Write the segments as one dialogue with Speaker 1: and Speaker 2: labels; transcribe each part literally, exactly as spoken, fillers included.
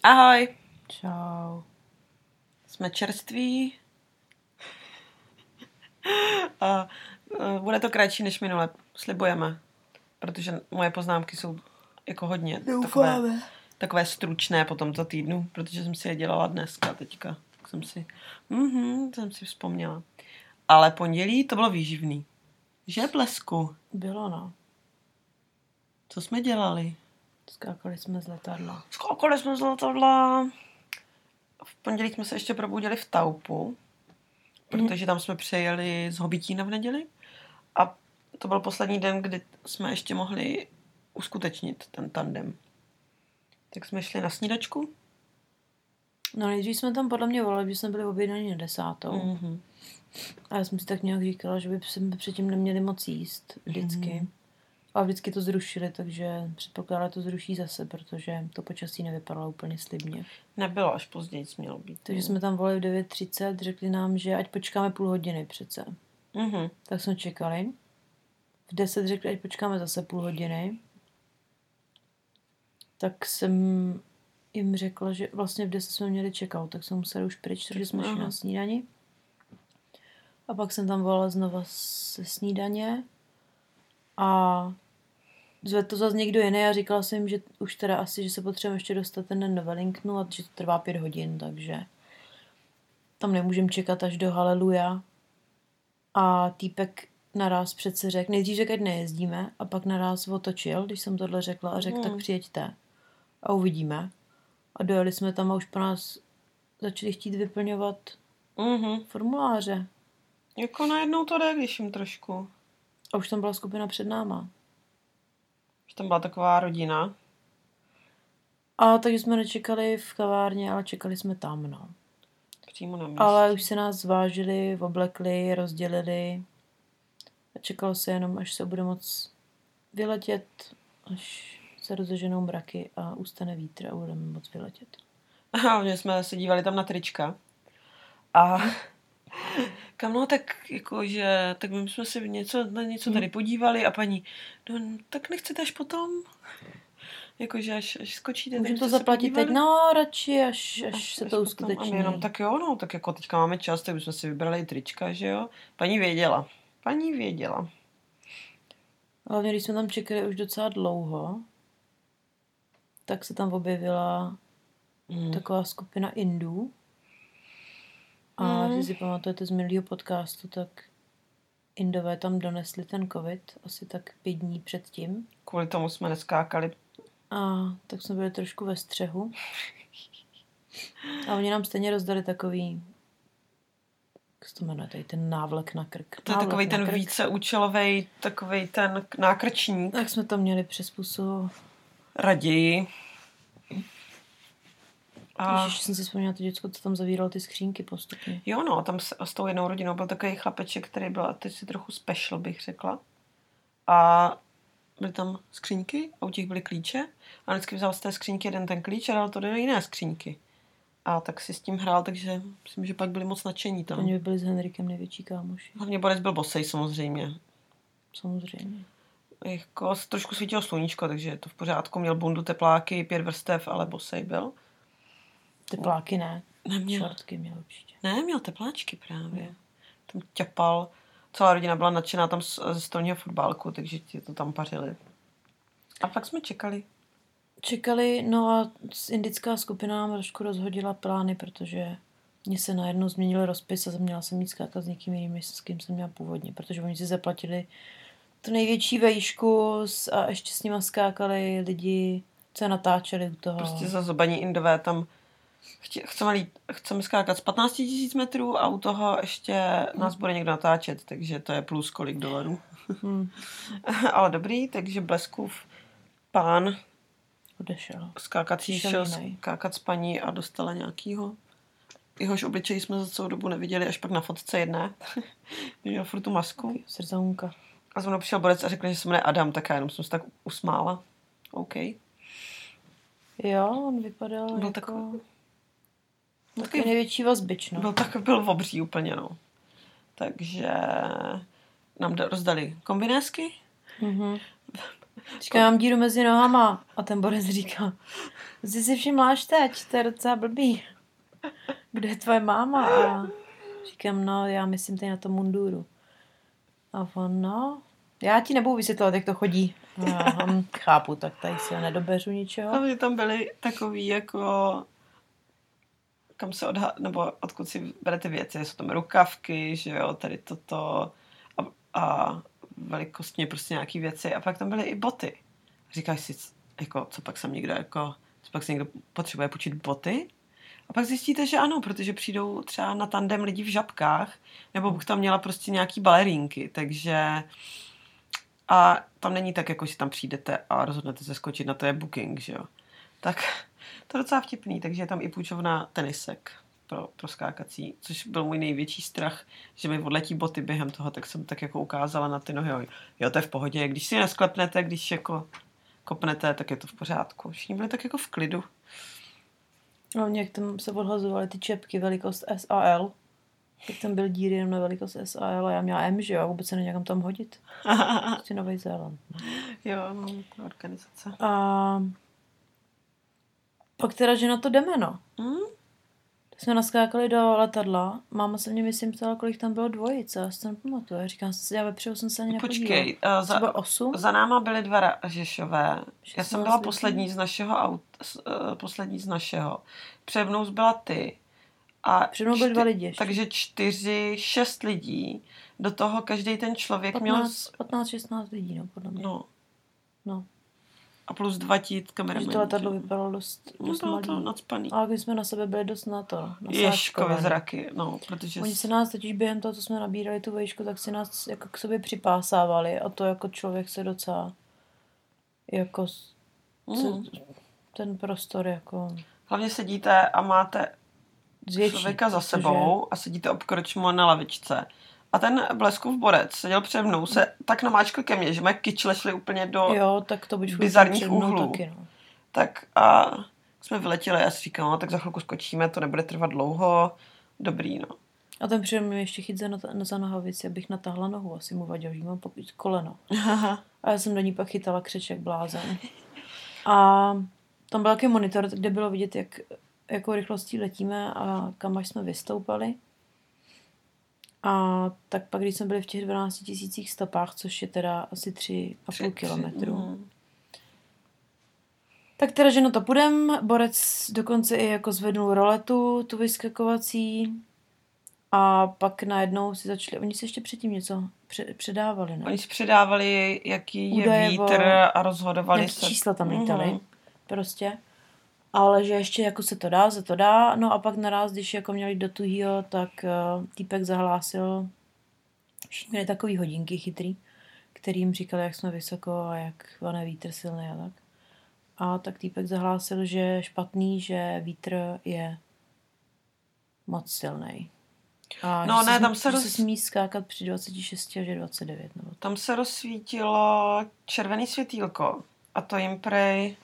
Speaker 1: Ahoj.
Speaker 2: Čau.
Speaker 1: Jsme čerství. A bude to kratší než minule, slibujeme. Protože moje poznámky jsou jako hodně takové, takové stručné po tomto týdnu, protože jsem si je dělala dneska teďka. Tak jsem si, mhm, jsem si vzpomněla. Ale pondělí to bylo výživný. Že, Blesku?
Speaker 2: Bylo, no.
Speaker 1: Co jsme dělali?
Speaker 2: Skákali jsme z letadla.
Speaker 1: Skákali jsme z letadla. V pondělí jsme se ještě probudili v Taupu, protože tam jsme přejeli z Hobitína v neděli. A to byl poslední den, kdy jsme ještě mohli uskutečnit ten tandem. Tak jsme šli na snídačku.
Speaker 2: No nejdřív jsme tam podle mě volali, že jsme byli objednaní na desátou.
Speaker 1: Mm-hmm.
Speaker 2: A já jsem si tak nějak říkala, že by jsme předtím neměli moc jíst vždycky. Mm-hmm. A vždycky to zrušili, takže předpokládala to zruší zase, protože to počasí nevypadalo úplně slibně.
Speaker 1: Nebylo, až později mělo být.
Speaker 2: Takže jsme tam volali v devět třicet, řekli nám, že ať počkáme půl hodiny přece.
Speaker 1: Mm-hmm.
Speaker 2: Tak jsme čekali. V deset řekli, ať počkáme zase půl hodiny. Tak jsem jim řekla, že vlastně v deset jsme měli checkout, tak jsme museli už pryč, takže jsme šli na snídani. A pak jsem tam volala znova se snídaně a zvedl to zase někdo jiný a říkala jsem jim, že už teda asi, že se potřebujeme ještě dostat ten den do Wellingtonu a že to trvá pět hodin, takže tam nemůžeme čekat až do Haleluja. A týpek naraz přece řekl, nejdřív řekl, ať nejezdíme a pak naraz otočil, když jsem tohle řekla a řekl, mm. tak přijeďte a uvidíme. A dojeli jsme tam a už po nás začali chtít vyplňovat
Speaker 1: mm-hmm.
Speaker 2: formuláře.
Speaker 1: Jako najednou to jde, když jim trošku.
Speaker 2: A už tam byla skupina před náma.
Speaker 1: Už tam byla taková rodina.
Speaker 2: A takže jsme nečekali v kavárně, ale čekali jsme tam, no.
Speaker 1: Přímo na místě.
Speaker 2: Ale už se nás zvážili, oblekli, rozdělili. A čekalo se jenom, až se bude moc vyletět, až se rozeženou mraky a ustane vítr a budeme moc vyletět.
Speaker 1: A my jsme se dívali tam na trička. A kam no, tak jakože, tak my jsme si něco, na něco tady podívali a paní, no tak nechcete až potom? Jakože až, až skočíte.
Speaker 2: Můžeme to zaplatit teď, no radši, až, až, až se až to uskuteční.
Speaker 1: A jenom tak jo, no, tak jako teďka máme čas, tak bychom si vybrali i trička, že jo. Paní věděla. Paní věděla.
Speaker 2: Hlavně, když jsme tam čekali už docela dlouho, tak se tam objevila hmm. taková skupina Indů. A hmm. když si pamatujete z minulého podcastu, tak Indové tam donesli ten covid asi tak pět dní předtím.
Speaker 1: Kvůli tomu jsme neskákali.
Speaker 2: A tak jsme byli trošku ve střehu. A oni nám stejně rozdali takový, jak se to jmenuje, tady ten návlek na krk.
Speaker 1: To je
Speaker 2: návlek
Speaker 1: takový ten víceúčelovej, takový ten nákrčník.
Speaker 2: Tak jsme to měli přes pusu.
Speaker 1: Raději.
Speaker 2: A... Ježiš, jsem si vzpomněla to děcko, co tam zavíralo ty skřínky postupně.
Speaker 1: Jo, no, tam s, s tou jednou rodinou byl takový chlapeček, který byl teď si trochu special, bych řekla. A byly tam skřínky a u těch byly klíče. A vždycky vzal z té skřínky jeden ten klíč a dal to do jiné skřínky. A tak si s tím hrál, takže myslím, že pak byli moc nadšení tam.
Speaker 2: Oni by byli s Henrikem největší kámoši.
Speaker 1: Hlavně Borec byl bosej samozřejmě.
Speaker 2: Samozřejmě.
Speaker 1: Jako trošku svítilo sluníčko, takže je to v pořádku. Měl bundu, tepláky, pět vrstev, ale bosej byl.
Speaker 2: Tepláky ne.
Speaker 1: Neměl.
Speaker 2: Šortky měl určitě.
Speaker 1: Ne, měl tepláčky právě. Ne. Tam ťapal. Celá rodina byla nadšená tam ze stolního fotbálku, takže ti to tam pařili. A pak jsme čekali.
Speaker 2: Čekali, no a indická skupina nám trošku rozhodila plány, protože mně se najednou změnil rozpis a měla jsem jít skákat s někým jiným, s kým jsem měla původně, protože oni si zaplatili tu největší vejšku a ještě s nima skákali lidi, co natáčeli u toho.
Speaker 1: Prostě zazobaní Indové tam chceme, lít, chceme skákat z patnáct tisíc metrů a u toho ještě nás bude někdo natáčet, takže to je plus kolik dolarů. Hmm. Ale dobrý, takže Bleskův pán
Speaker 2: odešel.
Speaker 1: Skákací šel skákat s paní a dostala nějakýho. Jehož obličej jsme za celou dobu neviděli, až pak na fotce jedné. Měl furt tu masku.
Speaker 2: Srdzounka.
Speaker 1: A za mnou přišel Borec a řekl, že se jmenuje Adam, tak já jenom jsem se tak usmála. OK.
Speaker 2: Jo, on vypadal
Speaker 1: byl
Speaker 2: jako...
Speaker 1: Takový...
Speaker 2: Takový největší vazbič, no.
Speaker 1: Byl tak, byl obří úplně, no. Takže nám rozdali kombinézky.
Speaker 2: Mm-hmm. Říká, mám díru mezi nohama. A ten Borec říká, jsi si všimla až teď, to je docela blbý. Kde je tvoje máma? A říkám, no, já myslím tady na tom munduru. A on, no, já ti nebudu vysvětlovat, jak to chodí. No, já hm, chápu, tak tady si nedobeřu ničeho.
Speaker 1: Ale tam byly takový jako... kam se odha... nebo odkud si berete věci. Jsou tam rukavky, že jo, tady toto a, a velikostně prostě nějaký věci. A pak tam byly i boty. Říkáš si, jako, co pak sem někdo, jako, co pak se někdo potřebuje půjčit boty? A pak zjistíte, že ano, protože přijdou třeba na tandem lidi v žabkách, nebo bych tam měla prostě nějaký balerínky, takže a tam není tak, jako si tam přijdete a rozhodnete se skočit, na to je booking, že jo. Tak to je docela vtipný, takže je tam i půjčovna tenisek pro, pro skákací, což byl můj největší strach, že mi odletí boty během toho, tak jsem tak jako ukázala na ty nohy, jo, jo to je v pohodě, když si je nesklepnete, když jako kopnete, tak je to v pořádku. Všichni byli tak jako v klidu.
Speaker 2: No, nějak tam se odhazovaly ty čepky velikost S a L. Tak tam byl díry jenom na velikost S a L a já měla M, že jo, a vůbec se neměla tam hodit. Prostě Nový Zéland. No.
Speaker 1: Jo, no, organizace.
Speaker 2: A pak teda, že na to jdeme, no.
Speaker 1: Hmm?
Speaker 2: Tak jsme naskákali do letadla. Máma se mě, myslím, ptala, kolik tam bylo dvojice. Já si to nepamatuju. Já říkám, já vepředu jsem se ani nepodívala.
Speaker 1: Počkej, uh, za,
Speaker 2: osm?
Speaker 1: za náma byly dva Ražešové. Já jsem byla poslední z našeho aut, uh, poslední z našeho. Přede mnou byla ty. A
Speaker 2: Přede mnou byly dva lidi ještě.
Speaker 1: Takže čtyři, šest lidí. Do toho každý ten člověk
Speaker 2: patnáct,
Speaker 1: měl...
Speaker 2: patnáct šestnáct lidí, no, podle mě.
Speaker 1: No.
Speaker 2: No.
Speaker 1: A plus dva tí kameramani.
Speaker 2: Takže to letadlo vypadalo dost, dost
Speaker 1: no,
Speaker 2: malý.
Speaker 1: To nacpaný.
Speaker 2: Ale když jsme na sebe byli dost na to.
Speaker 1: Ježkové zraky, no, protože...
Speaker 2: Oni se nás totiž během toho, co jsme nabírali tu vejšku, tak si nás jako k sobě připásávali a to jako člověk se docela jako mm. se, ten prostor jako...
Speaker 1: Hlavně sedíte a máte
Speaker 2: zvětší,
Speaker 1: člověka za sebou protože... a sedíte obkročmo na lavičce. A ten Bleskův Borec seděl přede mnou, se tak namáčkl ke mně, že moje kyčle šly úplně do
Speaker 2: jo, tak to
Speaker 1: bizarních úhlů.
Speaker 2: Taky, no.
Speaker 1: Tak a jsme vyletěli a já si říkám, no, tak za chvilku skočíme, to nebude trvat dlouho, dobrý, no.
Speaker 2: A ten přede mě ještě chyt za, za nohavici, abych natáhla nohu, asi mu vadil, že mám pokud koleno.
Speaker 1: Aha.
Speaker 2: A já jsem do ní pak chytala křeček blázen. A tam byl taky monitor, kde bylo vidět, jak, jakou rychlostí letíme a kam až jsme vystoupali. A tak pak, když jsme byli v těch dvanácti tisících stopách, což je teda asi tři a půl kilometru. Mm. Tak teda, že na to půjdem. Borec dokonce i jako zvednul roletu, tu vyskakovací. A pak najednou si začali, oni si ještě předtím něco předávali, ne?
Speaker 1: Oni si předávali, jaký je Udaje vítr a rozhodovali se.
Speaker 2: Čísla tam lítali, mm. prostě. Ale že ještě jako se to dá, se to dá. No a pak naraz, když jako měli do tuhýho, tak uh, týpek zahlásil, všichni měli takový hodinky chytrý, který jim říkali, jak jsme vysoko a jak vane vítr silný a tak. A tak týpek zahlásil, že špatný, že vítr je moc silný. A
Speaker 1: no
Speaker 2: že
Speaker 1: ne,
Speaker 2: se,
Speaker 1: tam se,
Speaker 2: roz...
Speaker 1: roz...
Speaker 2: se smí skákat při dvacet šest a že dvacet devět. Nebo
Speaker 1: tam se rozsvítilo červený světýlko a to jim prej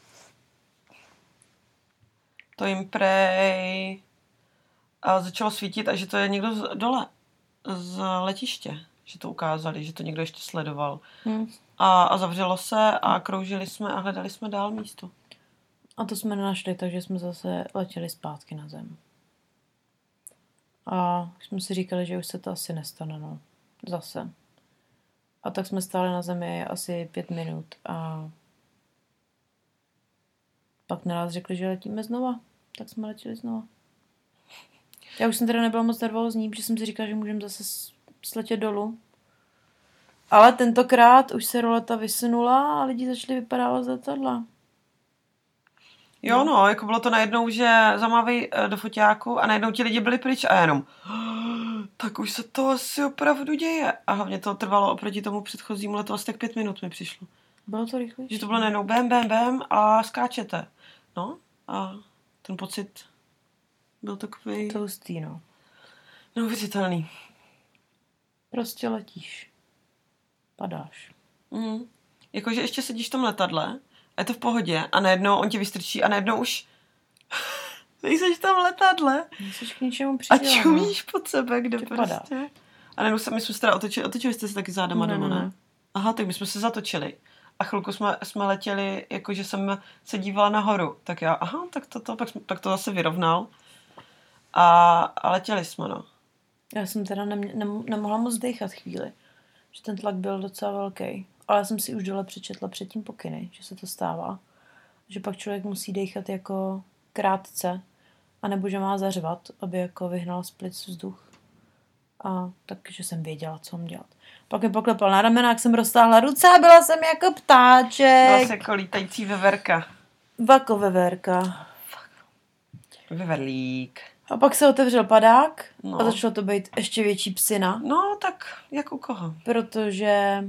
Speaker 1: to jim prej a začalo svítit a že to je někdo z, dole z letiště, že to ukázali, že to někdo ještě sledoval.
Speaker 2: Hmm.
Speaker 1: A, a zavřelo se a kroužili jsme a hledali jsme dál místo.
Speaker 2: A to jsme nenašli, takže jsme zase letěli zpátky na zem. A jsme si říkali, že už se to asi nestane, no. Zase. A tak jsme stáli na zemi asi pět minut a pak naraz řekli, že letíme znova. Tak jsme letěli znova. Já už jsem teda nebyla moc nervózní, protože jsem si říkala, že můžeme zase sletět dolů. Ale tentokrát už se roleta vysunula a lidi začali vypadávat z letadla.
Speaker 1: Jo, no, jako bylo to najednou, že zamávají do foťáku a najednou ti lidi byli pryč a jenom tak už se to asi opravdu děje. A hlavně to trvalo oproti tomu předchozímu letu asi tak pět minut mi přišlo.
Speaker 2: Bylo to rychlejší.
Speaker 1: Že to bylo najednou bém, bém, bém a skáčete. No a ten pocit byl takový...
Speaker 2: To hustý, no.
Speaker 1: Neuvěřitelný.
Speaker 2: Prostě letíš. Padáš.
Speaker 1: Mm. Jakože ještě sedíš v tom letadle a je to v pohodě a najednou on tě vystrčí a najednou už nejseš v tom letadle.
Speaker 2: Nejseš k ničemu přidělaná.
Speaker 1: A čumíš pod sebe, kde prostě.
Speaker 2: Padá.
Speaker 1: A najednou se, my jsme se teda otočili, otočili jste se taky zádama
Speaker 2: ne,
Speaker 1: doma,
Speaker 2: ne?
Speaker 1: ne? Aha, tak my jsme se zatočili. a chvilku jsme, jsme letěli, jakože jsem se dívala nahoru. Tak já, aha, tak to, to, tak, tak to zase vyrovnal. A, a letěli jsme, no.
Speaker 2: Já jsem teda nemě, nem, nemohla moc dejchat chvíli, že ten tlak byl docela velký. Ale já jsem si už dole přečetla předtím pokyny, že se to stává. Že pak člověk musí dejchat jako krátce, anebo že má zařvat, aby jako vyhnal z plic vzduch. A takže jsem věděla, co mám dělat. Pak mi poklepal na ramena, jak jsem roztáhla ruce a byla jsem jako ptáček.
Speaker 1: Byla jsi jako lítající veverka.
Speaker 2: Vako veverka.
Speaker 1: Veverlík.
Speaker 2: A pak se otevřel padák
Speaker 1: no.
Speaker 2: a začalo to být ještě větší psina.
Speaker 1: No, tak jak u koho?
Speaker 2: Protože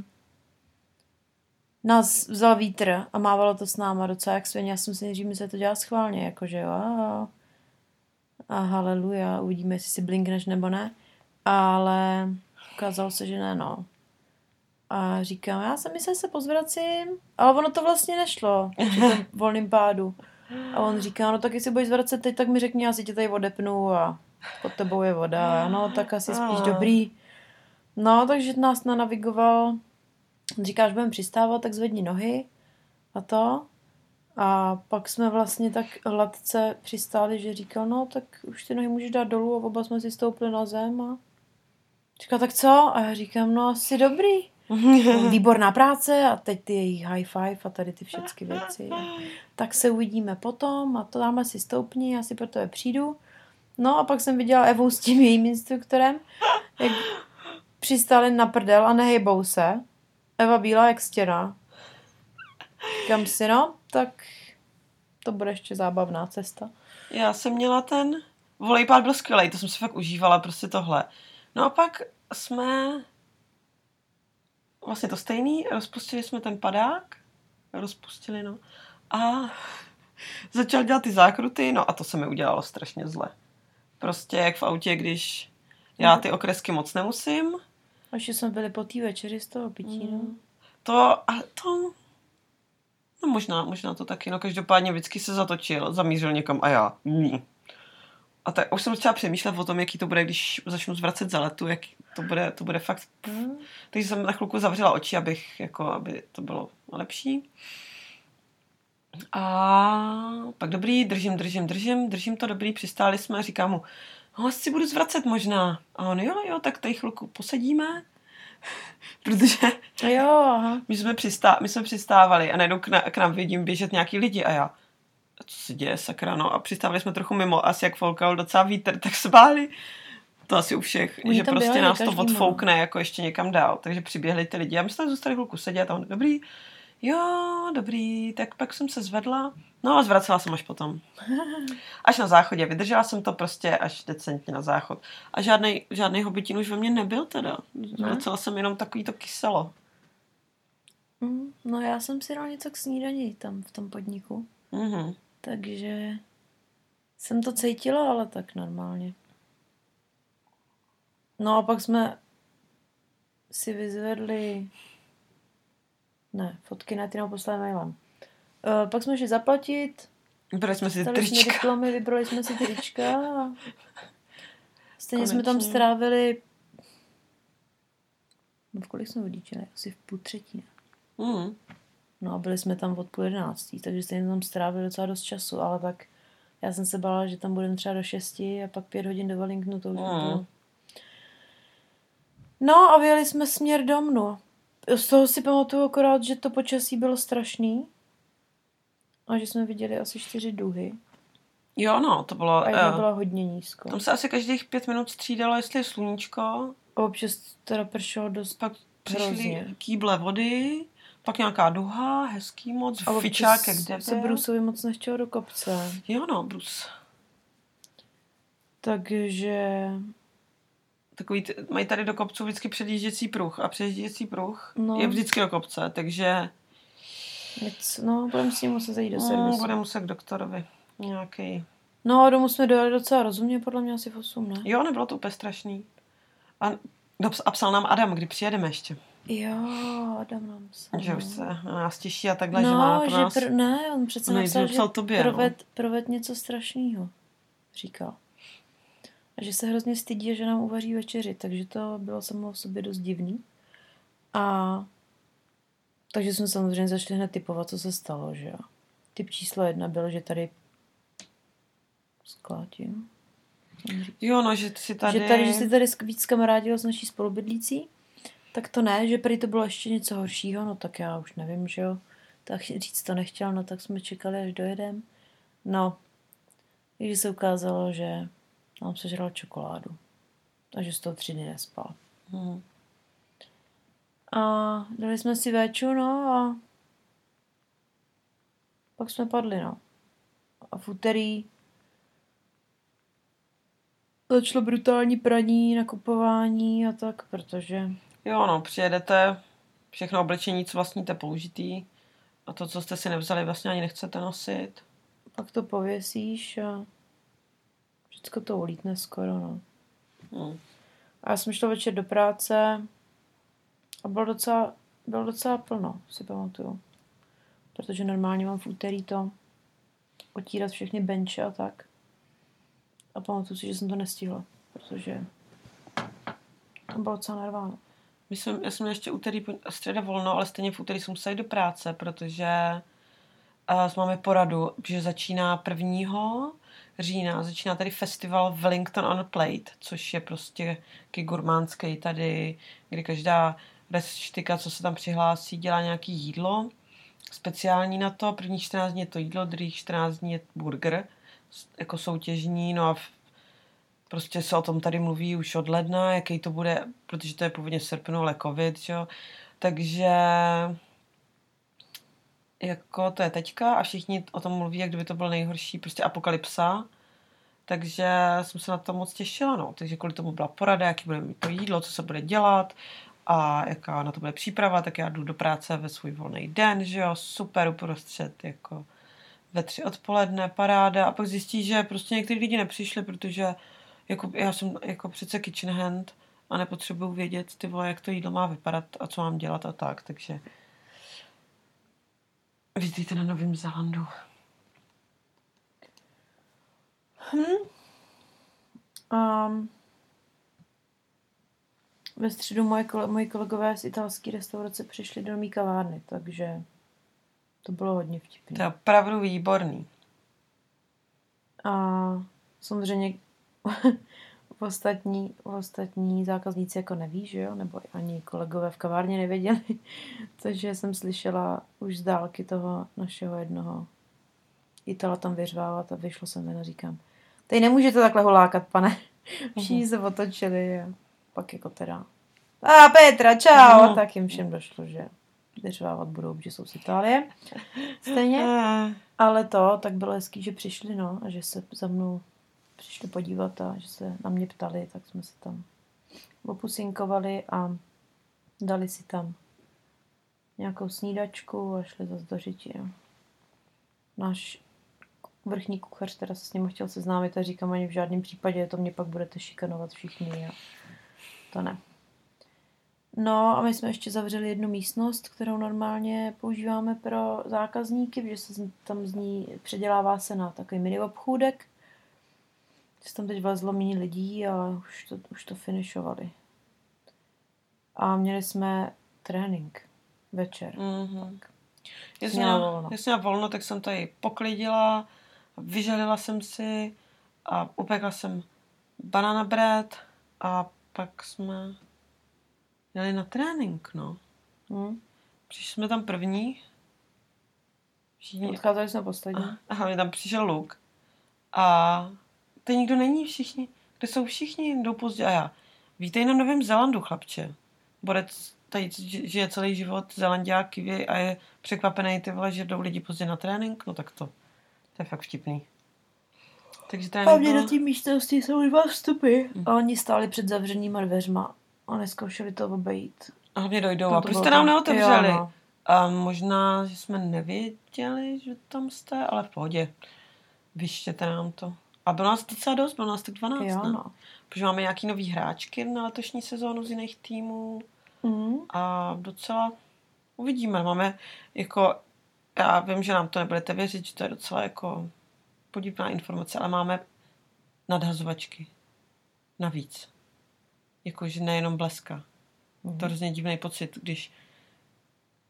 Speaker 2: nás vzal vítr a mávalo to s náma docela jak svině. Já jsem si nejdřív myslel, že to dělá schválně, jakože jo. A haleluja, uvidíme, jestli si blinkneš nebo ne. Ale ukázalo se, že ne, no. A říkám, já jsem myslel, že se pozvracím, ale ono to vlastně nešlo při tom volným pádu. A on říká, no tak jestli budeš zvracet teď, tak mi řekni, já si tě tady odepnu a pod tebou je voda. No tak asi spíš dobrý. No, takže nás nanavigoval. On říká, že budeme přistávat, tak zvedni nohy a to. A pak jsme vlastně tak hladce přistáli, že říkal, no tak už ty nohy můžeš dát dolů a oba jsme si stoupli na zem a říká, tak co? A já říkám, no asi dobrý. Výborná práce a teď ty jejich high five a tady ty všechny věci. Tak se uvidíme potom a to dáme si stoupni, já si pro tebe přijdu. No a pak jsem viděla Evu s tím jejím instruktorem, jak přistáli na prdel a nehejbou se. Eva bílá jak stěna. Říkám si, no, tak to bude ještě zábavná cesta.
Speaker 1: Já jsem měla ten volejpád byl skvělej, to jsem si fakt užívala, prostě tohle. No a pak jsme vlastně to stejný, rozpustili jsme ten padák, rozpustili, no, a začal dělat ty zákruty, no a to se mi udělalo strašně zle. Prostě jak v autě, když já ty okresky moc nemusím.
Speaker 2: A ještě jsme byli po té večeři z toho pití, no.
Speaker 1: To, ale to, no možná, možná to taky, no každopádně vždycky se zatočil, zamířil někam a já. Mm. A tak už jsem chtěla přemýšlet o tom, jaký to bude, když začnu zvracet za letu, jak to bude, to bude fakt. Mm. Takže jsem na chvilku zavřela oči, abych, jako, aby to bylo lepší. A pak dobrý, držím, držím, držím, držím to dobrý, přistáli jsme a říkám mu, no asi budu zvracet možná. A on, jo, jo, tak tady chvilku posedíme, protože
Speaker 2: jo, aha.
Speaker 1: My, jsme přistá, my jsme přistávali a najednou k, na, k nám vidím běžet nějaký lidi a já, co se děje, sakra, no a přistávali jsme trochu mimo, asi jak foukal docela vítr, tak se báli. To asi u všech, Oni že prostě nás to odfoukne jako ještě někam dál, takže přiběhli ty lidi a my jsme zůstali chvilku sedět a on, dobrý, jo, dobrý, tak pak jsem se zvedla, no a zvracela jsem až potom. Až na záchodě, vydržela jsem to prostě až decentně na záchod. A žádnej, žádnej hobitin už ve mně nebyl teda. Zvracela jsem jenom takový to kyselo.
Speaker 2: Mm, no já jsem si dala něco k snídani tam v tom podniku.
Speaker 1: Mm-hmm.
Speaker 2: Takže jsem to cítila, ale tak normálně. No a pak jsme si vyzvedli ne, fotky ne, ty nám poslali mailem. Uh, pak jsme šli zaplatit.
Speaker 1: Vybrali jsme si trička.
Speaker 2: Jsme diplomy, vybrali jsme si trička a stejně Konečně. Jsme tam strávili no v kolik jsme odjíčili? Asi v půl třetí.
Speaker 1: Mm.
Speaker 2: No a byli jsme tam od půl jedenáctý, takže stejně tam strávili docela dost času, ale tak já jsem se bála, že tam budeme třeba do šesti a pak pět hodin do Wellingtonu to už mm. bylo. No a vyjeli jsme směr domů. Z toho si pamatuju akorát, že to počasí bylo strašný a že jsme viděli asi čtyři duhy.
Speaker 1: Jo, no, to bylo...
Speaker 2: A jedna uh, byla hodně nízko.
Speaker 1: Tam se asi každých pět minut střídalo, jestli je sluníčko.
Speaker 2: A občas teda pršelo dost
Speaker 1: pak přišly kýble vody, pak nějaká duha, hezký moc,
Speaker 2: a
Speaker 1: fičák jak debil.
Speaker 2: se Bruceovi moc nechtělo do kopce.
Speaker 1: Jo, no, Bruce.
Speaker 2: Takže...
Speaker 1: Takový, t- mají tady do kopců vždycky předjížděcí pruh a předjížděcí pruh no. je vždycky do kopce, takže...
Speaker 2: Nic, no, budeme s ním muset zajít do servisu.
Speaker 1: No, budeme muset k doktorovi. Nějaký.
Speaker 2: No a domů jsme dojeli docela rozumně, podle mě asi v osm, ne?
Speaker 1: Jo, nebylo to úplně strašný. A, a psal nám Adam, kdy přijedeme ještě.
Speaker 2: Jo, Adam nám psal.
Speaker 1: Že už se na nás těší a takhle,
Speaker 2: no,
Speaker 1: že má pro
Speaker 2: že
Speaker 1: nás...
Speaker 2: Pr- ne, on přece napsal, že
Speaker 1: tobě,
Speaker 2: proved,
Speaker 1: no.
Speaker 2: proved něco strašného, říkal. A že se hrozně stydí a že nám uvaří večeři, takže to bylo samo o sobě dost divný. A Takže jsme samozřejmě začali hned typovat, co se stalo, že jo. Typ číslo jedna byl, že tady sklátím.
Speaker 1: Jo, no, že si tady...
Speaker 2: Že tady, že si tady víc kamarádil s naší spolubydlící, tak to ne, že prý to bylo ještě něco horšího, no tak já už nevím, že jo. Tak říct to nechtěl, no tak jsme čekali, až dojedem. No, takže se ukázalo, že nám sežral čokoládu. Takže z toho tři dny nespal.
Speaker 1: Hmm.
Speaker 2: A dali jsme si véču, no a pak jsme padli, no. A v úterý začalo brutální praní, nakupování a tak, protože...
Speaker 1: Jo, no, přijedete, všechno oblečení, co vlastníte, použitý a to, co jste si nevzali, vlastně ani nechcete nosit.
Speaker 2: Pak to pověsíš a všechno to ulítne skoro, no.
Speaker 1: Hmm.
Speaker 2: A já jsem šla večer do práce a bylo docela, bylo docela plno, si pamatuju. Protože normálně mám v úterý to otírat všechny benče a tak. A pamatuju si, že jsem to nestihla, protože to bylo docela narváno.
Speaker 1: Myslím, já jsem měla ještě úterý a středa volno, ale stejně v úterý jsem musela jít do práce, protože uh, máme poradu, že začíná prvního října, začíná tady festival Wellington on a Plate, což je prostě taky gurmánský tady, kdy každá reštika, co se tam přihlásí, dělá nějaký jídlo speciální na to. Prvních čtrnáct dní je to jídlo, druhých čtrnáct dní je burger, jako soutěžní, no a v, prostě se o tom tady mluví už od ledna, jaký to bude, protože to je původně v srpnu, ale covid, jo. Takže jako to je teďka a všichni o tom mluví, jak kdyby to byl nejhorší, prostě apokalypsa. Takže jsem se na to moc těšila, no. Takže kvůli tomu byla porada, jaký bude mít to jídlo, co se bude dělat a jaká na to bude příprava, tak já jdu do práce ve svůj volný den, že jo, super uprostřed, jako ve tři odpoledne, paráda a pak zjistí, že prostě někteří lidi nepřišli, protože jako, já jsem jako přece kitchen hand a nepotřebuju vědět, ty vole, jak to jídlo má vypadat a co mám dělat a tak, takže vítejte na Novém Zélandu.
Speaker 2: Hmm. Um, ve středu moje, moji kolegové z italské restaurace přišli do mý kavárny, takže to bylo hodně vtipné.
Speaker 1: To je opravdu výborný.
Speaker 2: A samozřejmě ostatní, ostatní zákazníci jako neví, že jo, nebo ani kolegové v kavárně nevěděli, takže jsem slyšela už z dálky toho našeho jednoho Itala tam vyřvávat a vyšlo jsem ven a říkám, tady nemůžete takhle holákat, pane. Všichni se otočili a pak jako teda a Petra, čau! Uh-huh. Tak jim všem došlo, že vyřvávat budou, že jsou z Itálie. Stejně. Uh. Ale to, tak bylo hezký, že přišli, no, a že se za mnou přišli podívat a že se na mě ptali, tak jsme se tam opusinkovali a dali si tam nějakou snídačku a šli zase do řiti. Náš vrchní kuchař teda se s ním chtěl seznámit a říkám, ani v žádném případě, to mě pak budete šikanovat všichni a to ne. No a my jsme ještě zavřeli jednu místnost, kterou normálně používáme pro zákazníky, protože se tam z ní předělává se na takový mini obchůdek. Se tam teď vlezlo méně lidí a už to, už to finišovali. A měli jsme trénink večer.
Speaker 1: Mm-hmm. Já jsem měla, měla volno, tak jsem tady poklidila, vyželila jsem si a upekla jsem banana bread a pak jsme jeli na trénink, no.
Speaker 2: Hmm.
Speaker 1: Přišli jsme tam první.
Speaker 2: Všichni... Odcházeli jsme poslední.
Speaker 1: Aha, mě tam přišel Luke. A tady nikdo není, všichni. Kde jsou všichni? Jdou pozdě. A já. Vítej na Novém Zélandu, chlapče. Borec tady žije celý život, Zélanďák, kiwi a je překvapený, ty vole, že jdou lidi pozdě na trénink. No tak to, to je fakt vtipný. Takže
Speaker 2: a mě bylo... na té místnosti jsou dva vstupy. Hmm. A oni stáli před zavřenýma dveřma a neskoušeli to obejít.
Speaker 1: A hlavně dojdou. No, a proč jste nám neotevřeli? Jo, no. A možná, že jsme nevěděli, že tam jste, ale v pohodě. Vyštěte nám to. A bylo nás docela dost, bylo nás tak dvanáct, jo, ne? No. Protože máme nějaký nový hráčky na letošní sezónu z jiných týmů. Mm. A docela uvidíme. Máme jako, já vím, že nám to nebudete věřit, že to je docela jako podivná informace, ale máme nadhazovačky. Navíc. Jakože nejenom bleska. Mm. To je hrozně divný pocit, když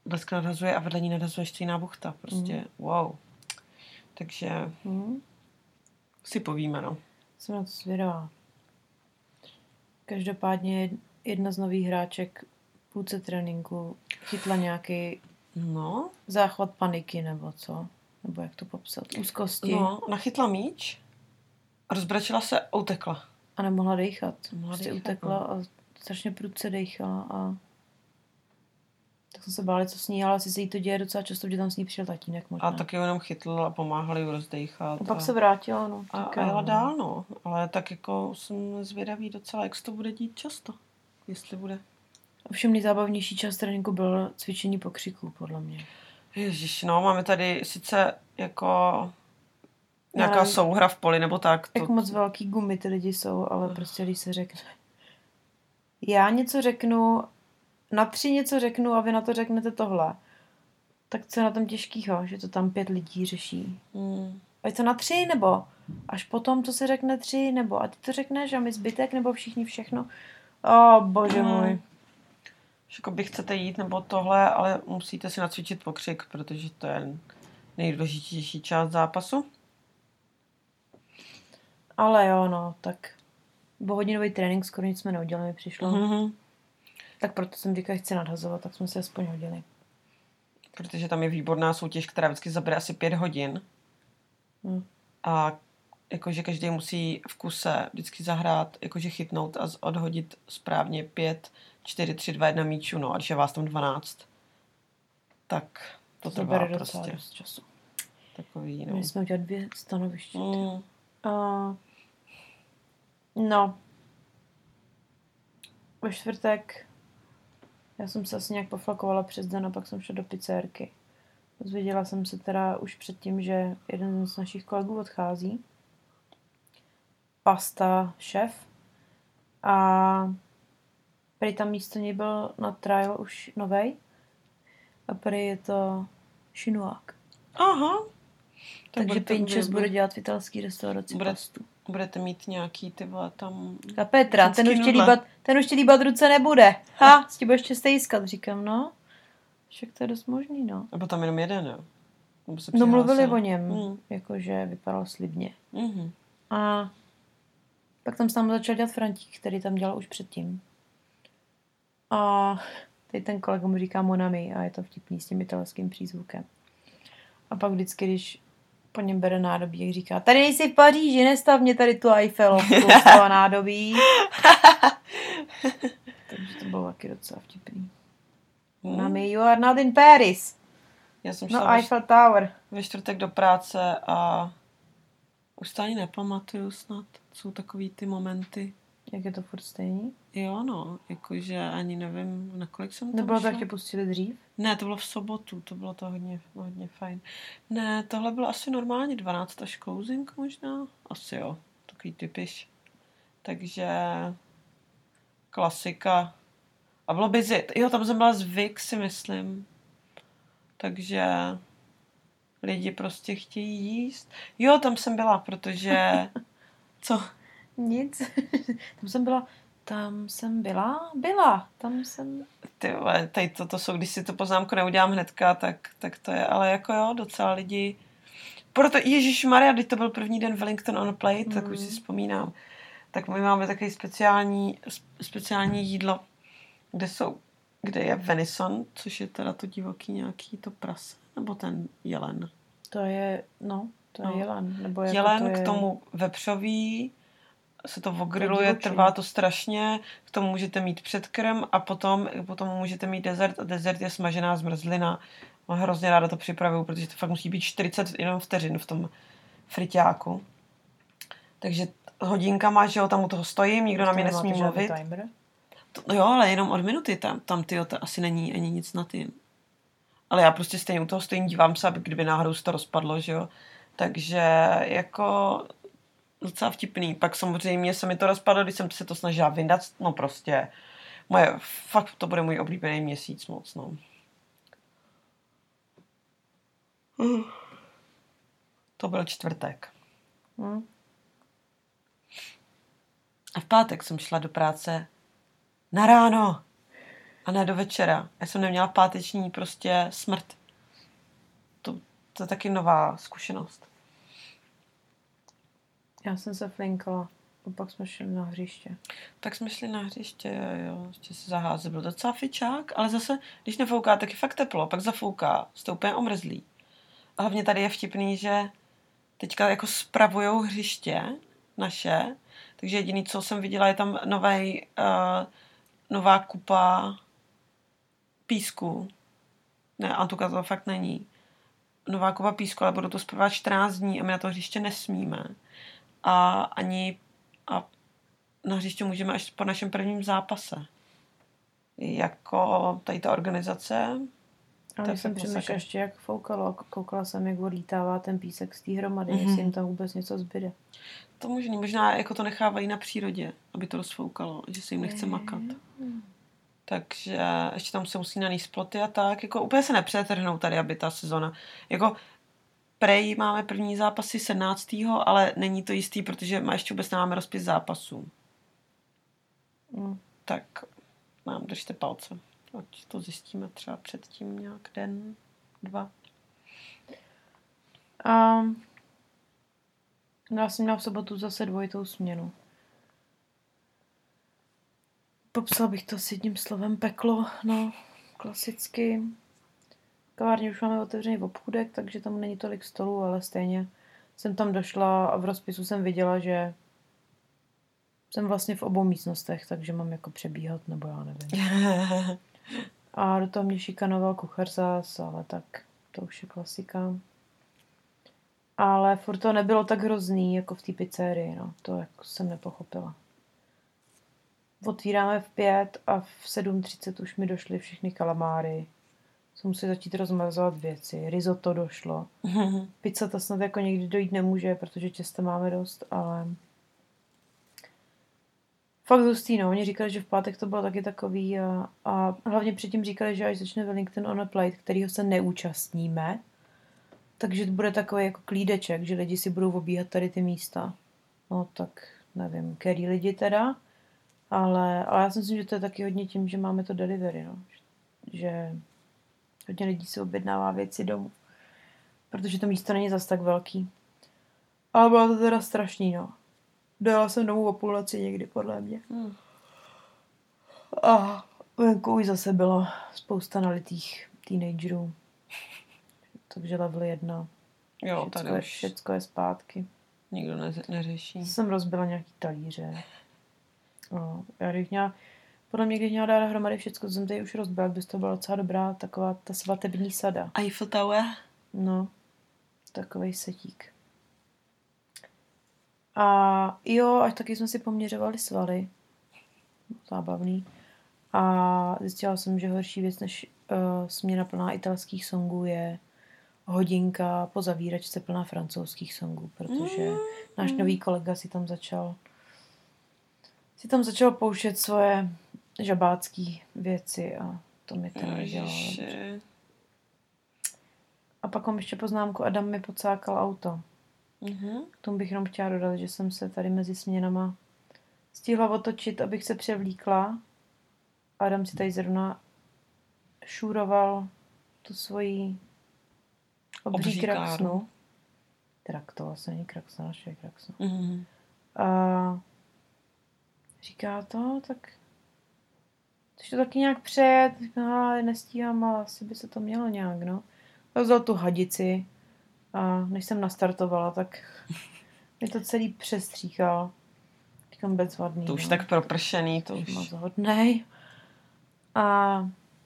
Speaker 1: blesk nadhazuje a vedle ní nadhazuje stejná buchta. Prostě mm. wow. Takže mm. si povíme, no.
Speaker 2: Jsem na to zvědavá. Každopádně jedna z nových hráček v půlce tréninku chytla nějaký
Speaker 1: no.
Speaker 2: záchvat paniky, nebo co? Nebo jak to popsat? Úzkosti.
Speaker 1: No, nachytla míč, rozbrečela se a utekla.
Speaker 2: A nemohla dejchat.
Speaker 1: Nemohla
Speaker 2: prostě
Speaker 1: dejchat,
Speaker 2: utekla
Speaker 1: no.
Speaker 2: a strašně prudce dejchala a tak jsem se bála, co s ní, ale asi se jí to děje docela často, že tam s ní přijel tatínek možná.
Speaker 1: A taky jenom chytl a pomáhali ju rozdejchat.
Speaker 2: A pak a... se vrátila, no.
Speaker 1: A, a jela dál, no. Ale tak jako jsem zvědavý docela, jak se to bude dít často. Jestli bude.
Speaker 2: Ovšem nejzábavnější část tréninku bylo cvičení pokřiků, podle mě.
Speaker 1: Ježiš, no, máme tady sice jako nějaká no, souhra v poli, nebo tak.
Speaker 2: Jak to... moc velký gumy ty lidi jsou, ale uh. prostě když se řekne. Já něco řeknu, na tři něco řeknu a vy na to řeknete tohle. Tak co je na tom těžkýho, že to tam pět lidí řeší.
Speaker 1: Hmm.
Speaker 2: A je to na tři, nebo až potom to se řekne tři, nebo a ty to řekneš a my zbytek, nebo všichni všechno. O, bože hmm. můj.
Speaker 1: Jako by chcete jít nebo tohle, ale musíte si nacvičit pokřik, protože to je nejdůležitější část zápasu.
Speaker 2: Ale jo, no, tak dvouhodinový trénink, skoro nic jsme neudělali, mi přišlo.
Speaker 1: Mm-hmm.
Speaker 2: Tak proto jsem říkala, chci nadhazovat, tak jsme se aspoň hodili.
Speaker 1: Protože tam je výborná soutěž, která vždycky zabere asi pět hodin.
Speaker 2: Mm.
Speaker 1: A jakože každý musí v kuse vždycky zahrát, jakože chytnout a odhodit správně pět, čtyři, tři, dva, jedna míčů, no a když je vás tam dvanáct, tak to, to trvá prostě.
Speaker 2: Dost času.
Speaker 1: Takový, no.
Speaker 2: My jsme udělali dvě stanoviště.
Speaker 1: Mm.
Speaker 2: Uh, no. Ve čtvrtek já jsem se asi nějak poflakovala přes den a pak jsem šla do pizzérky. Dozvěděla jsem se teda už předtím, že jeden z našich kolegů odchází. Pasta šéf. A prý tam místo něj byl na trial už novej. A prý je to Šinuák.
Speaker 1: Aha.
Speaker 2: Takže Pinčes bude dělat v italský restauraci
Speaker 1: bude,
Speaker 2: pastu.
Speaker 1: Budete mít nějaký ty vole tam...
Speaker 2: A Petra, ten už, líbat, ten už ti líbat ruce nebude. Ha, s tím budeš čistě jiskat, říkám, no. Však to je dost možný, no.
Speaker 1: Nebo tam jenom jeden, jo?
Speaker 2: No mluvili o něm, mm. jakože vypadal slibně.
Speaker 1: Mm-hmm.
Speaker 2: A pak tam s námi začal dělat Frantík, který tam dělal už předtím. A teď ten kolega mu říká Monami a je to vtipný s tím italským přízvukem. A pak vždycky, když po něm bere nádobí, jak říká, tady nejsi v Paříži, nestav mě tady tu Eiffelovku z toho nádobí. Takže to bylo taky docela vtipný. Hmm. Monami, you are not in Paris.
Speaker 1: Já jsem
Speaker 2: no Eiffel Tower.
Speaker 1: Ve čtvrtek do práce a už to ani nepamatuju snad. Jsou takový ty momenty.
Speaker 2: Jak je to furt stejný?
Speaker 1: Jo, no. Jakože ani nevím, na kolik jsem to
Speaker 2: Nebylo to, jak tě pustili dřív?
Speaker 1: Ne, to bylo v sobotu. To bylo to hodně, hodně fajn. Ne, tohle bylo asi normálně dvanáct až closing možná. Asi jo. Takový typiš. Takže klasika. A bylo busy. Jo, tam jsem byla zvyk, si myslím. Takže lidi prostě chtějí jíst. Jo, tam jsem byla, protože... Co?
Speaker 2: Nic. Tam jsem byla... Tam jsem byla? Byla. Tam jsem...
Speaker 1: Ty vole, tady to, to jsou, když si to poznámku neudělám hnedka, tak, tak to je, ale jako jo, docela lidi... Proto, ježišmarja, když to byl první den Wellington on a plate, mm. tak už si vzpomínám. Tak my máme takový speciální, speciální jídlo, kde jsou, kde je venison, což je teda to divoký nějaký to prase, nebo ten jelen.
Speaker 2: To je, no, to je no. jelen. Nebo jako
Speaker 1: jelen
Speaker 2: to je...
Speaker 1: k tomu vepřový, se to ogriluje, trvá to strašně, k tomu můžete mít předkrm a potom, potom můžete mít dezert a dezert je smažená zmrzlina. No, hrozně ráda to připravuju, protože to fakt musí být čtyřicet jenom vteřin v tom friťáku. Takže hodinka má, že jo, tam u toho stojím, nikdo to na mě nesmí mluvit. To, no jo, ale jenom od minuty tam, tam tyjo, to asi není ani nic na tím. Ale já prostě stejně u toho stojím, dívám se, aby kdyby náhodou se to rozpadlo, že jo. Takže jako docela vtipný. Pak samozřejmě se mi to rozpadlo, když jsem se to snažila vyndat. No prostě, moje, fakt to bude můj oblíbený měsíc moc, no. Uh. To byl čtvrtek.
Speaker 2: Hmm.
Speaker 1: A v pátek jsem šla do práce na ráno. A ne do večera. Já jsem neměla páteční prostě smrt. To, to je taky nová zkušenost.
Speaker 2: Já jsem se flinkala. A pak jsme šli na hřiště.
Speaker 1: Tak jsme šli na hřiště, jo, jo. Ještě se zaházet. Byl docela fičák, ale zase, když nefouká, tak je fakt teplo. Pak zafouká. Jste úplně omrzlí. A hlavně tady je vtipný, že teďka jako spravujou hřiště naše. Takže jediný, co jsem viděla, je tam novej, uh, nová kupa písku. Ne, Antuka to fakt není. Nová kupa písku, ale budou to spravovat čtrnáct dní a my na to hřiště nesmíme. A ani a na hřiště můžeme až po našem prvním zápase. Jako tady ta organizace.
Speaker 2: Ale jsem přemýšlela ještě, jak foukalo. Koukala jsem, jak odlítává ten písek z té hromady, mm-hmm. jestli jim tam vůbec něco zbyde.
Speaker 1: To možný. Možná jako to nechávají na přírodě, aby to rozfoukalo, že se jim nechce makat. Mm. Takže ještě tam se musí nanést ploty a tak. Jako úplně se nepřetrhnou tady, aby ta sezona. Jako prej máme první zápasy sedmnáctého ale není to jistý, protože má ještě vůbec nemáme rozpis zápasů. Mm. Tak nám držte palce. Ať to zjistíme třeba předtím nějak den, dva.
Speaker 2: Um, já jsem měla v sobotu zase dvojitou směnu. Popsal bych to s jedním slovem peklo, no, klasicky. V kavárně už máme otevřený obchůdek, takže tam není tolik stolů, ale stejně jsem tam došla a v rozpisu jsem viděla, že jsem vlastně v obou místnostech, takže mám jako přebíhat, nebo já nevím. A do toho mě šikanoval kuchař zás, ale tak to už je klasika. Ale furt to nebylo tak hrozný, jako v té pizzerii, no. To jako jsem nepochopila. Otvíráme v pět a v sedm třicet už mi došly všechny kalamáry. Jsem musela začít rozmazovat věci. Risotto došlo. Mm-hmm. Pizza ta snad jako někdy dojít nemůže, protože těsta máme dost, ale fakt hustý, no. Oni říkali, že v pátek to bylo taky takový a, a hlavně předtím říkali, že až začne Wellington on a Plate, kterýho se neúčastníme, takže to bude takový jako klídeček, že lidi si budou obíhat tady ty místa. No tak nevím, který lidi teda, ale, ale já si myslím, že to je taky hodně tím, že máme to delivery, no. Že hodně lidí si objednává věci domů, protože to místo není zas tak velký. Ale bylo to teda strašný, no. Dojela jsem domů o půlnoci někdy, podle mě. Hmm. A venku už zase bylo spousta nalitých teenagerů. Takže level jedna.
Speaker 1: Jo,
Speaker 2: všecko
Speaker 1: tady
Speaker 2: je,
Speaker 1: už
Speaker 2: všecko je zpátky.
Speaker 1: nikdo ne- neřeší.
Speaker 2: Jsem rozbila nějaký talíře. No, já bych měla, podle mě, když měla dát hromady všecko, co jsem tady už rozbila, bys to byla docela dobrá taková ta svatební sada.
Speaker 1: Eiffel Tower?
Speaker 2: No, takovej setík. A jo, až taky jsme si poměřovali svaly. Zábavný. A zjistila jsem, že horší věc než uh, směna plná italských songů je hodinka po zavíračce plná francouzských songů, protože mm. náš nový kolega si tam začal si tam začal pouštět svoje žabácký věci a to mi teda nedělalo. A pak mám ještě poznámku, Adam mi pocákal auto. Mm-hmm. K tomu bych jenom chtěla dodat, že jsem se tady mezi směnama stihla otočit, abych se převlíkla. Adam si tady zrovna šúroval tu svoji obří, obří kraksnu. Trak to vlastně není kraksna, naše je kraksna. Mm-hmm. A říká to, tak chceš to taky nějak přejet? No, nestíhám, ale asi by se to mělo nějak, no. A vzal tu hadici a než jsem nastartovala, tak mi to celý přestříkal. Říkám bezvadný.
Speaker 1: To už
Speaker 2: no.
Speaker 1: tak propršený, to už.
Speaker 2: Moc hodnej. A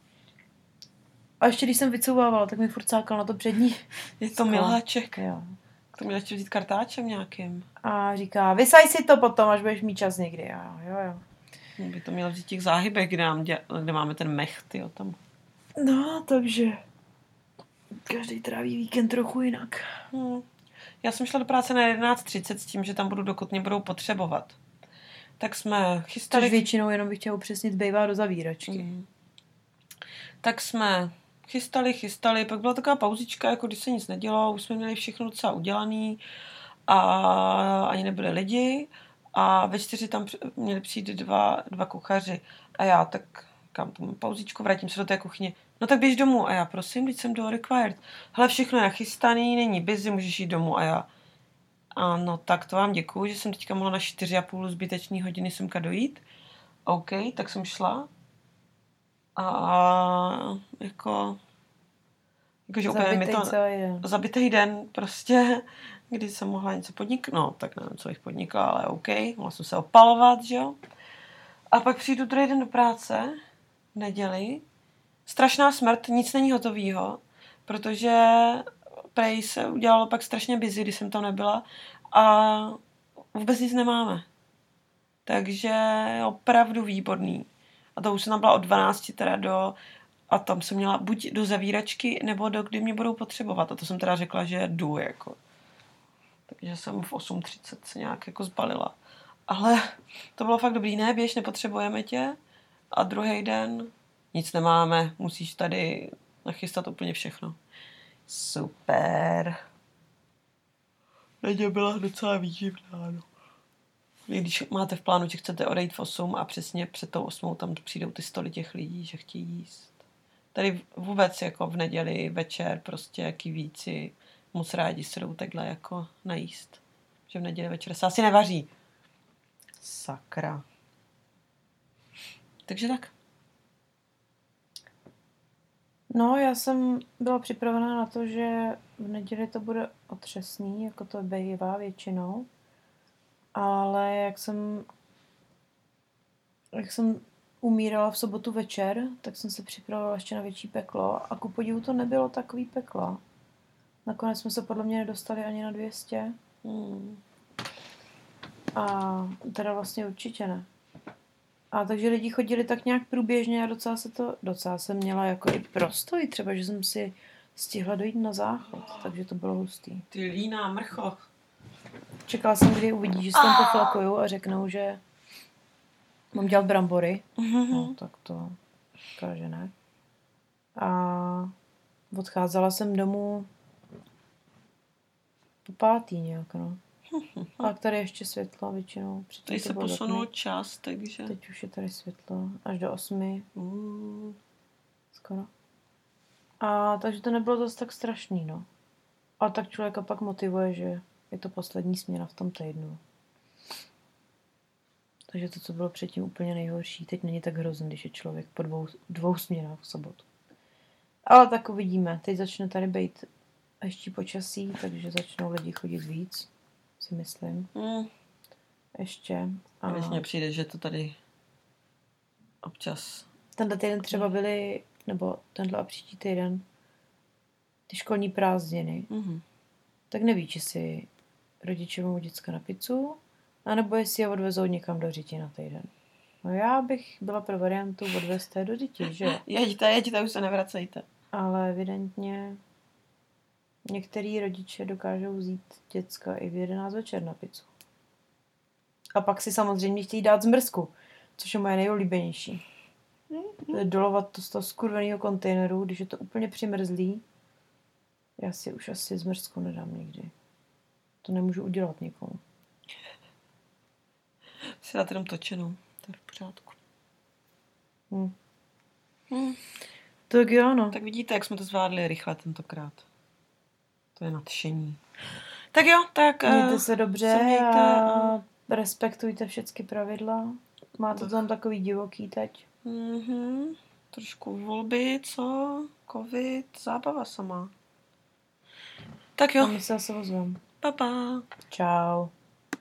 Speaker 2: a ještě když jsem vycouvávala, tak mi furt cákal na to přední.
Speaker 1: Je to miláček.
Speaker 2: Jo.
Speaker 1: To měla ještě vzít kartáčem nějakým.
Speaker 2: A říká, vysaj si to potom, až budeš mít čas někdy. A jo, jo.
Speaker 1: By to mělo vzít těch záhybek, kde, nám dě, kde máme ten mech, tyjo, tam.
Speaker 2: No, takže každý tráví víkend trochu jinak.
Speaker 1: Hmm. Já jsem šla do práce na jedenáct třicet s tím, že tam budu, dokud mě budou potřebovat. Tak jsme chystali...
Speaker 2: Což většinou jenom bych chtěla upřesnit, bejvá do zavíračky.
Speaker 1: Mm. Tak jsme chystali, chystali, pak byla taková pauzička, jako když se nic nedělo, už jsme měli všechno docela udělaný a ani nebyli lidi a ve čtyři tam měli přijít dva, dva kuchaři a já tak Říkám, tomu pauzičku, vrátím se do té kuchyně. No tak běž domů. A já, prosím, teď jsem do required. Hele, všechno je nachystaný, není busy, můžeš jít domů. A já, ano, tak to vám děkuju, že jsem teďka mohla na čtyři a půl zbytečný hodiny semka dojít. OK, tak jsem šla. A jako... Jakože úplně mi to... Zabitej den prostě, kdy jsem mohla něco podniknout. No, tak nevím, co bych podnikla, ale OK. Mohla jsem se opalovat, že jo. A pak přijdu druhý den do práce, v neděli. Strašná smrt, nic není hotovýho, protože prej se udělalo pak strašně busy, když jsem tam nebyla a vůbec nic nemáme. Takže opravdu výborný. A to už jsem tam byla od dvanácti teda do... A tam jsem měla buď do zavíračky, nebo do kdy mě budou potřebovat. A to jsem teda řekla, že jdu, jako. Takže jsem v osm třicet se nějak jako zbalila. Ale to bylo fakt dobrý. Ne, běž, nepotřebujeme tě. A druhý den nic nemáme. Musíš tady nachystat úplně všechno. Super. Neděle byla docela výživná, no. Když máte v plánu, že chcete odejít v osm a přesně před tou osmou tam přijdou ty stoly těch lidí, že chtějí jíst. Tady vůbec jako v neděli večer prostě kivíci moc rádi se jdou takhle jako najíst. Že v neděli večer se asi nevaří. Sakra. Takže tak.
Speaker 2: No, já jsem byla připravená na to, že v neděli to bude otřesný, jako to bývá většinou. Ale jak jsem, jak jsem umírala v sobotu večer, tak jsem se připravovala ještě na větší peklo a ku podivu to nebylo takový peklo. Nakonec jsme se podle mě nedostali ani na dvě stě. Hmm. A teda vlastně určitě ne. A takže lidi chodili tak nějak průběžně a docela se to, docela jsem měla jako i prostoj, třeba, že jsem si stihla dojít na záchod, takže to bylo hustý.
Speaker 1: Ty líná mrcho.
Speaker 2: Čekala jsem, kdy uvidí, že se tam poflakuju a řeknou, že mám dělat brambory. Mm-hmm. No, tak to říká, že ne. A odcházela jsem domů po pátý nějak, no. A tady ještě světlo většinou.
Speaker 1: Tady se posunul čas, takže...
Speaker 2: Teď už je tady světlo. Až do osmi.
Speaker 1: Uh.
Speaker 2: Skoro. A takže to nebylo zase tak strašný, no. A tak člověka pak motivuje, že je to poslední směna v tom týdnu. Takže to, co bylo předtím úplně nejhorší, teď není tak hrozný, když je člověk po dvou, dvou směnách v sobotu. Ale tak uvidíme. Teď začne tady být ještě počasí, takže začnou lidi chodit víc, si myslím. Mm. Ještě.
Speaker 1: A když mně přijde, že to tady občas...
Speaker 2: Tenhle týden třeba byly, nebo tenhle a příští týden, ty školní prázdniny. Mm-hmm. Tak neví, či si rodiče vemou děcka na pizzu, anebo jestli je odvezou někam do Řiti na týden. No já bych byla pro variantu odvést je do Řiti, že jo?
Speaker 1: Jeďte, jeďte, už se nevracejte.
Speaker 2: Ale evidentně některý rodiče dokážou vzít děcka i v jedenáct večer na pizzu. A pak si samozřejmě chtějí dát zmrzku, což je moje nejoblíbenější. To je dolovat to z toho skurveného kontejneru, když je to úplně přimrzlý. Já si už asi zmrzku nedám nikdy. To nemůžu udělat nikomu.
Speaker 1: Si dát jenom točenou. To je v pořádku.
Speaker 2: Hmm. Hmm. Tak jo, no.
Speaker 1: Tak vidíte, jak jsme to zvládli rychle tentokrát. To je nadšení. Tak jo, tak...
Speaker 2: Mějte se dobře se mějte, a respektujte všechny pravidla. Máte to tam takový divoký teď.
Speaker 1: Mhm. Trošku volby, co? Covid, zábava sama. Tak jo.
Speaker 2: A my se zase ozvem.
Speaker 1: Pa, pa.
Speaker 2: Čau.